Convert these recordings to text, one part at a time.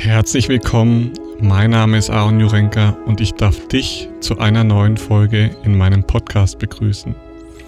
Herzlich willkommen, mein Name ist Aaron Jurenka und ich darf dich zu einer neuen Folge in meinem Podcast begrüßen.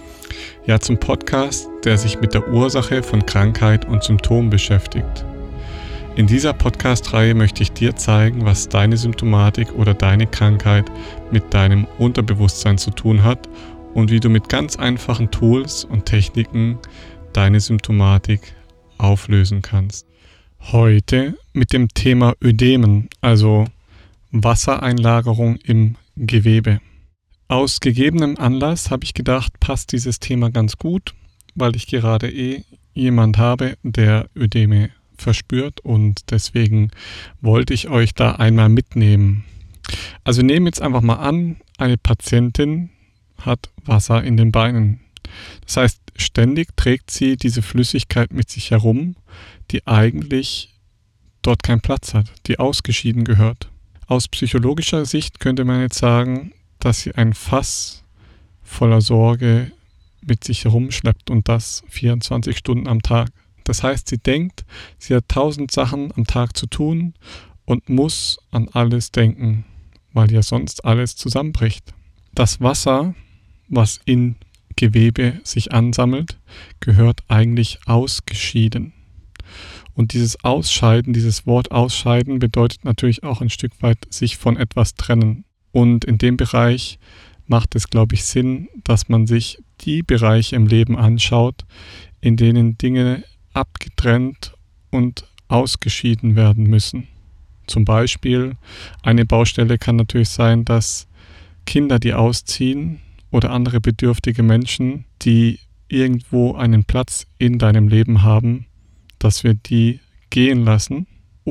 Ja, zum Podcast, der sich mit der Ursache von Krankheit und Symptomen beschäftigt. In dieser Podcast-Reihe möchte ich dir zeigen, was deine Symptomatik oder deine Krankheit mit deinem Unterbewusstsein zu tun hat und wie du mit ganz einfachen Tools und Techniken deine Symptomatik auflösen kannst. Heute mit dem Thema Ödemen, also Wassereinlagerung im Gewebe. Aus gegebenem Anlass habe ich gedacht, passt dieses Thema ganz gut, weil ich gerade jemand habe, der Ödeme verspürt und deswegen wollte ich euch da einmal mitnehmen. Also nehmen jetzt einfach mal an, eine Patientin hat Wasser in den Beinen. Das heißt, ständig trägt sie diese Flüssigkeit mit sich herum, die eigentlich dort keinen Platz hat, die ausgeschieden gehört. Aus psychologischer Sicht könnte man jetzt sagen, dass sie ein Fass voller Sorge mit sich herumschleppt und das 24 Stunden am Tag. Das heißt, sie denkt, sie hat 1000 Sachen am Tag zu tun und muss an alles denken, weil ja sonst alles zusammenbricht. Das Wasser, was in Gewebe sich ansammelt, gehört eigentlich ausgeschieden. Und dieses Ausscheiden, dieses Wort Ausscheiden bedeutet natürlich auch ein Stück weit sich von etwas trennen. Und in dem Bereich macht es, glaube ich, Sinn, dass man sich die Bereiche im Leben anschaut, in denen Dinge abgetrennt und ausgeschieden werden müssen. Zum Beispiel eine Baustelle kann natürlich sein, dass Kinder, die ausziehen oder andere bedürftige Menschen, die irgendwo einen Platz in deinem Leben haben, dass wir die gehen lassen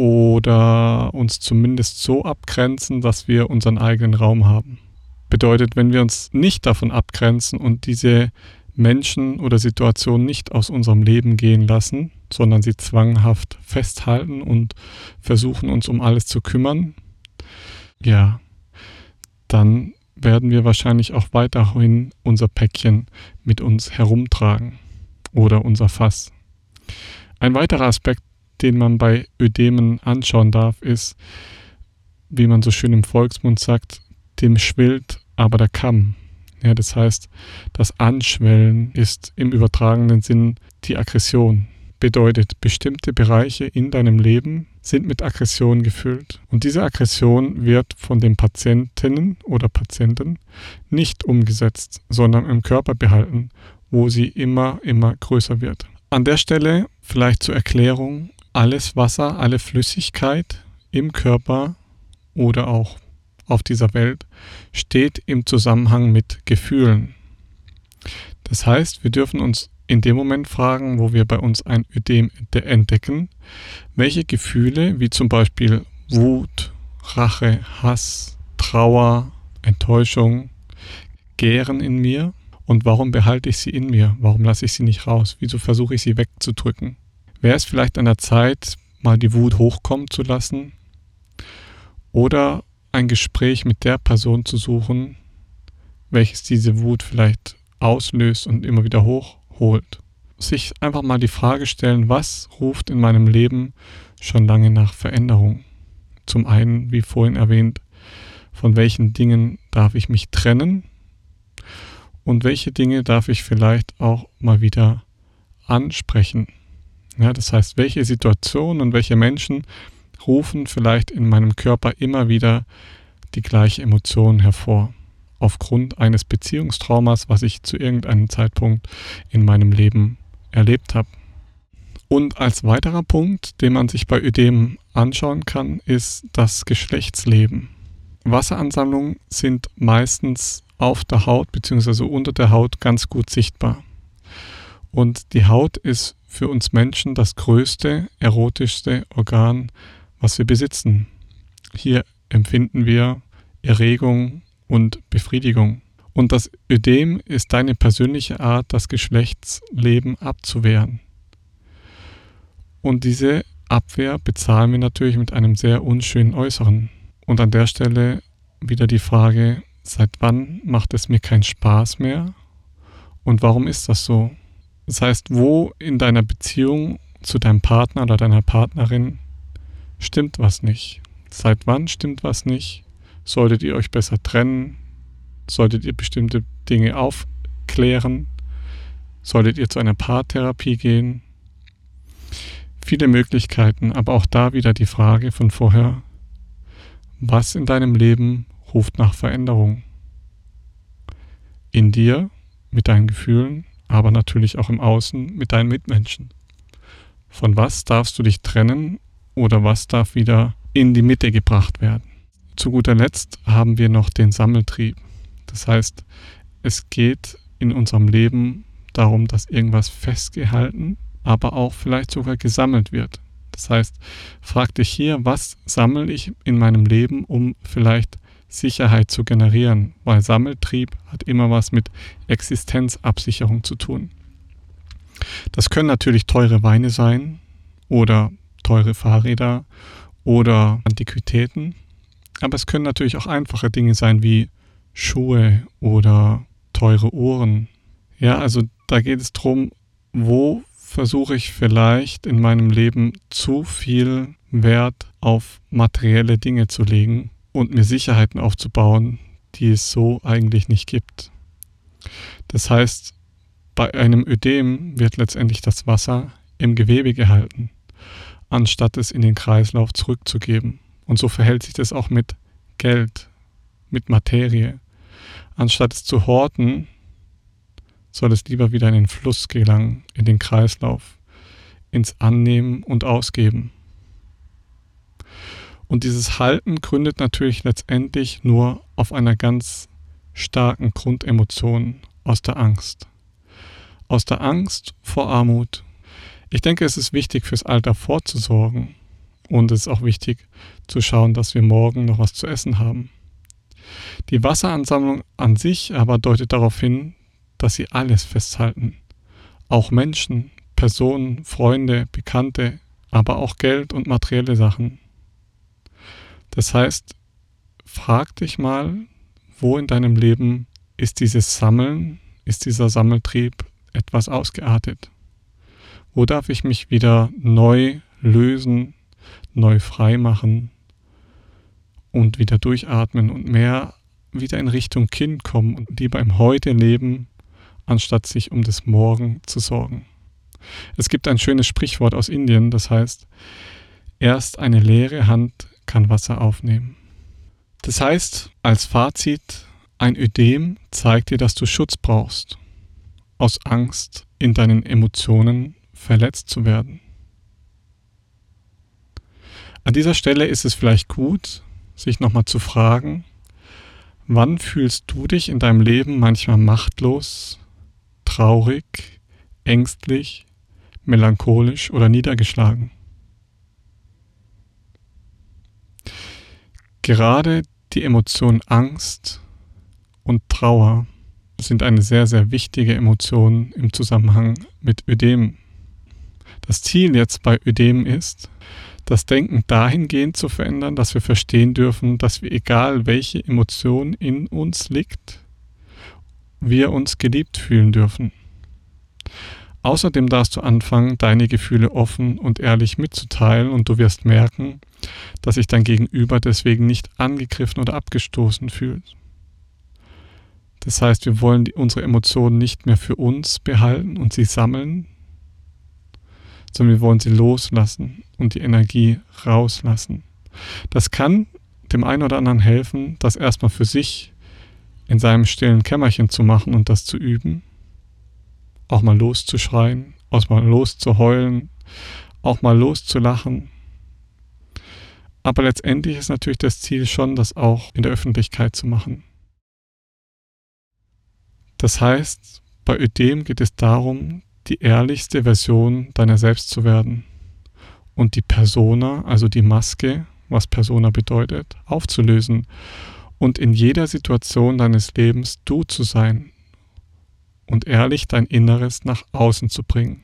oder uns zumindest so abgrenzen, dass wir unseren eigenen Raum haben. Bedeutet, wenn wir uns nicht davon abgrenzen und diese Menschen oder Situationen nicht aus unserem Leben gehen lassen, sondern sie zwanghaft festhalten und versuchen, uns um alles zu kümmern, ja, dann werden wir wahrscheinlich auch weiterhin unser Päckchen mit uns herumtragen oder unser Fass. Ein weiterer Aspekt, den man bei Ödemen anschauen darf, ist, wie man so schön im Volksmund sagt, dem schwillt aber der Kamm. Ja, das heißt, das Anschwellen ist im übertragenen Sinn die Aggression. Bedeutet, bestimmte Bereiche in deinem Leben sind mit Aggression gefüllt. Und diese Aggression wird von den Patientinnen oder Patienten nicht umgesetzt, sondern im Körper behalten, wo sie immer größer wird. An der Stelle vielleicht zur Erklärung, alles Wasser, alle Flüssigkeit im Körper oder auch auf dieser Welt steht im Zusammenhang mit Gefühlen. Das heißt, wir dürfen uns in dem Moment fragen, wo wir bei uns ein Ödem entdecken, welche Gefühle, wie zum Beispiel Wut, Rache, Hass, Trauer, Enttäuschung, gären in mir und warum behalte ich sie in mir? Warum lasse ich sie nicht raus? Wieso versuche ich sie wegzudrücken? Wäre es vielleicht an der Zeit, mal die Wut hochkommen zu lassen oder ein Gespräch mit der Person zu suchen, welches diese Wut vielleicht auslöst und immer wieder hochholt. Sich einfach mal die Frage stellen, was ruft in meinem Leben schon lange nach Veränderung? Zum einen, wie vorhin erwähnt, von welchen Dingen darf ich mich trennen und welche Dinge darf ich vielleicht auch mal wieder ansprechen? Ja, das heißt, welche Situationen und welche Menschen rufen vielleicht in meinem Körper immer wieder die gleiche Emotion hervor, aufgrund eines Beziehungstraumas, was ich zu irgendeinem Zeitpunkt in meinem Leben erlebt habe. Und als weiterer Punkt, den man sich bei Ödemen anschauen kann, ist das Geschlechtsleben. Wasseransammlungen sind meistens auf der Haut bzw. unter der Haut ganz gut sichtbar. Und die Haut ist für uns Menschen das größte, erotischste Organ, was wir besitzen. Hier empfinden wir Erregung und Befriedigung. Und das Ödem ist deine persönliche Art, das Geschlechtsleben abzuwehren. Und diese Abwehr bezahlen wir natürlich mit einem sehr unschönen Äußeren. Und an der Stelle wieder die Frage, seit wann macht es mir keinen Spaß mehr? Und warum ist das so? Das heißt, wo in deiner Beziehung zu deinem Partner oder deiner Partnerin Stimmt was nicht? Seit wann stimmt was nicht? Solltet ihr euch besser trennen? Solltet ihr bestimmte Dinge aufklären? Solltet ihr zu einer Paartherapie gehen? Viele Möglichkeiten, aber auch da wieder die Frage von vorher: Was in deinem Leben ruft nach Veränderung? In dir, mit deinen Gefühlen, aber natürlich auch im Außen mit deinen Mitmenschen. Von was darfst du dich trennen oder was darf wieder in die Mitte gebracht werden? Zu guter Letzt haben wir noch den Sammeltrieb. Das heißt, es geht in unserem Leben darum, dass irgendwas festgehalten, aber auch vielleicht sogar gesammelt wird. Das heißt, frag dich hier, was sammle ich in meinem Leben, um vielleicht Sicherheit zu generieren, weil Sammeltrieb hat immer was mit Existenzabsicherung zu tun. Das können natürlich teure Weine sein oder teure Fahrräder oder Antiquitäten, aber es können natürlich auch einfache Dinge sein wie Schuhe oder teure Uhren. Ja, also da geht es darum, wo versuche ich vielleicht in meinem Leben zu viel Wert auf materielle Dinge zu legen und mir Sicherheiten aufzubauen, die es so eigentlich nicht gibt. Das heißt, bei einem Ödem wird letztendlich das Wasser im Gewebe gehalten, anstatt es in den Kreislauf zurückzugeben. Und so verhält sich das auch mit Geld, mit Materie. Anstatt es zu horten, soll es lieber wieder in den Fluss gelangen, in den Kreislauf, ins Annehmen und Ausgeben. Und dieses Halten gründet natürlich letztendlich nur auf einer ganz starken Grundemotion aus der Angst. Aus der Angst vor Armut. Ich denke, es ist wichtig, fürs Alter vorzusorgen. Und es ist auch wichtig zu schauen, dass wir morgen noch was zu essen haben. Die Wasseransammlung an sich aber deutet darauf hin, dass sie alles festhalten. Auch Menschen, Personen, Freunde, Bekannte, aber auch Geld und materielle Sachen. Das heißt, frag dich mal, wo in deinem Leben ist dieses Sammeln, ist dieser Sammeltrieb etwas ausgeartet? Wo darf ich mich wieder neu lösen, neu frei machen und wieder durchatmen und mehr wieder in Richtung Kind kommen und lieber im Heute leben, anstatt sich um das Morgen zu sorgen. Es gibt ein schönes Sprichwort aus Indien, das heißt, erst eine leere Hand kann Wasser aufnehmen. Das heißt, als Fazit, ein Ödem zeigt dir, dass du Schutz brauchst, aus Angst in deinen Emotionen verletzt zu werden. An dieser Stelle ist es vielleicht gut, sich nochmal zu fragen, wann fühlst du dich in deinem Leben manchmal machtlos, traurig, ängstlich, melancholisch oder niedergeschlagen? Gerade die Emotionen Angst und Trauer sind eine sehr, sehr wichtige Emotion im Zusammenhang mit Ödem. Das Ziel jetzt bei Ödem ist, das Denken dahingehend zu verändern, dass wir verstehen dürfen, dass wir, egal welche Emotion in uns liegt, wir uns geliebt fühlen dürfen. Außerdem darfst du anfangen, deine Gefühle offen und ehrlich mitzuteilen und du wirst merken, dass sich dein Gegenüber deswegen nicht angegriffen oder abgestoßen fühlt. Das heißt, wir wollen unsere Emotionen nicht mehr für uns behalten und sie sammeln, sondern wir wollen sie loslassen und die Energie rauslassen. Das kann dem einen oder anderen helfen, das erstmal für sich in seinem stillen Kämmerchen zu machen und das zu üben. Auch mal loszuschreien, auch mal loszuheulen, auch mal loszulachen. Aber letztendlich ist natürlich das Ziel schon, das auch in der Öffentlichkeit zu machen. Das heißt, bei Ödem geht es darum, die ehrlichste Version deiner selbst zu werden und die Persona, also die Maske, was Persona bedeutet, aufzulösen und in jeder Situation deines Lebens du zu sein und ehrlich dein Inneres nach außen zu bringen.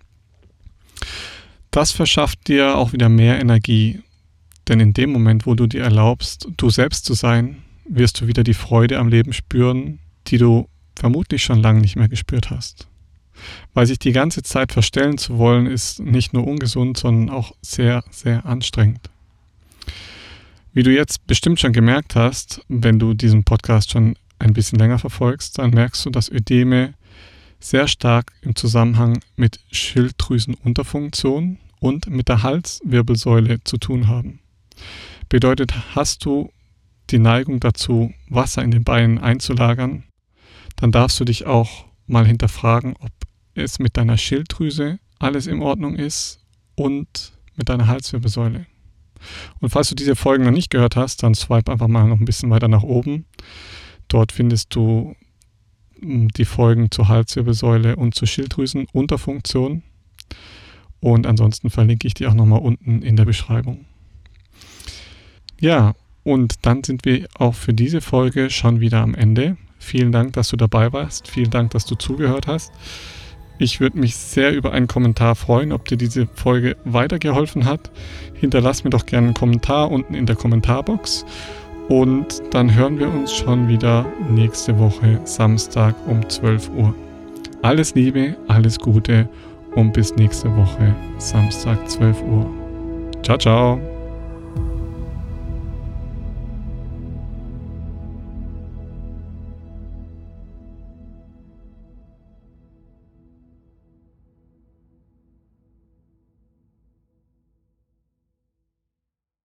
Das verschafft dir auch wieder mehr Energie, denn in dem Moment, wo du dir erlaubst, du selbst zu sein, wirst du wieder die Freude am Leben spüren, die du vermutlich schon lange nicht mehr gespürt hast. Weil sich die ganze Zeit verstellen zu wollen, ist nicht nur ungesund, sondern auch sehr, sehr anstrengend. Wie du jetzt bestimmt schon gemerkt hast, wenn du diesen Podcast schon ein bisschen länger verfolgst, dann merkst du, dass Ödeme sehr stark im Zusammenhang mit Schilddrüsenunterfunktion und mit der Halswirbelsäule zu tun haben. Bedeutet, hast du die Neigung dazu, Wasser in den Beinen einzulagern, dann darfst du dich auch mal hinterfragen, ob es mit deiner Schilddrüse alles in Ordnung ist und mit deiner Halswirbelsäule. Und falls du diese Folgen noch nicht gehört hast, dann swipe einfach mal noch ein bisschen weiter nach oben. Dort findest du die Folgen zur Halswirbelsäule und zur Schilddrüsenunterfunktion. Und ansonsten verlinke ich die auch nochmal unten in der Beschreibung. Ja, und dann sind wir auch für diese Folge schon wieder am Ende. Vielen Dank, dass du dabei warst. Vielen Dank, dass du zugehört hast. Ich würde mich sehr über einen Kommentar freuen, ob dir diese Folge weitergeholfen hat. Hinterlass mir doch gerne einen Kommentar unten in der Kommentarbox. Und dann hören wir uns schon wieder nächste Woche Samstag um 12 Uhr. Alles Liebe, alles Gute und bis nächste Woche Samstag 12 Uhr. Ciao, ciao.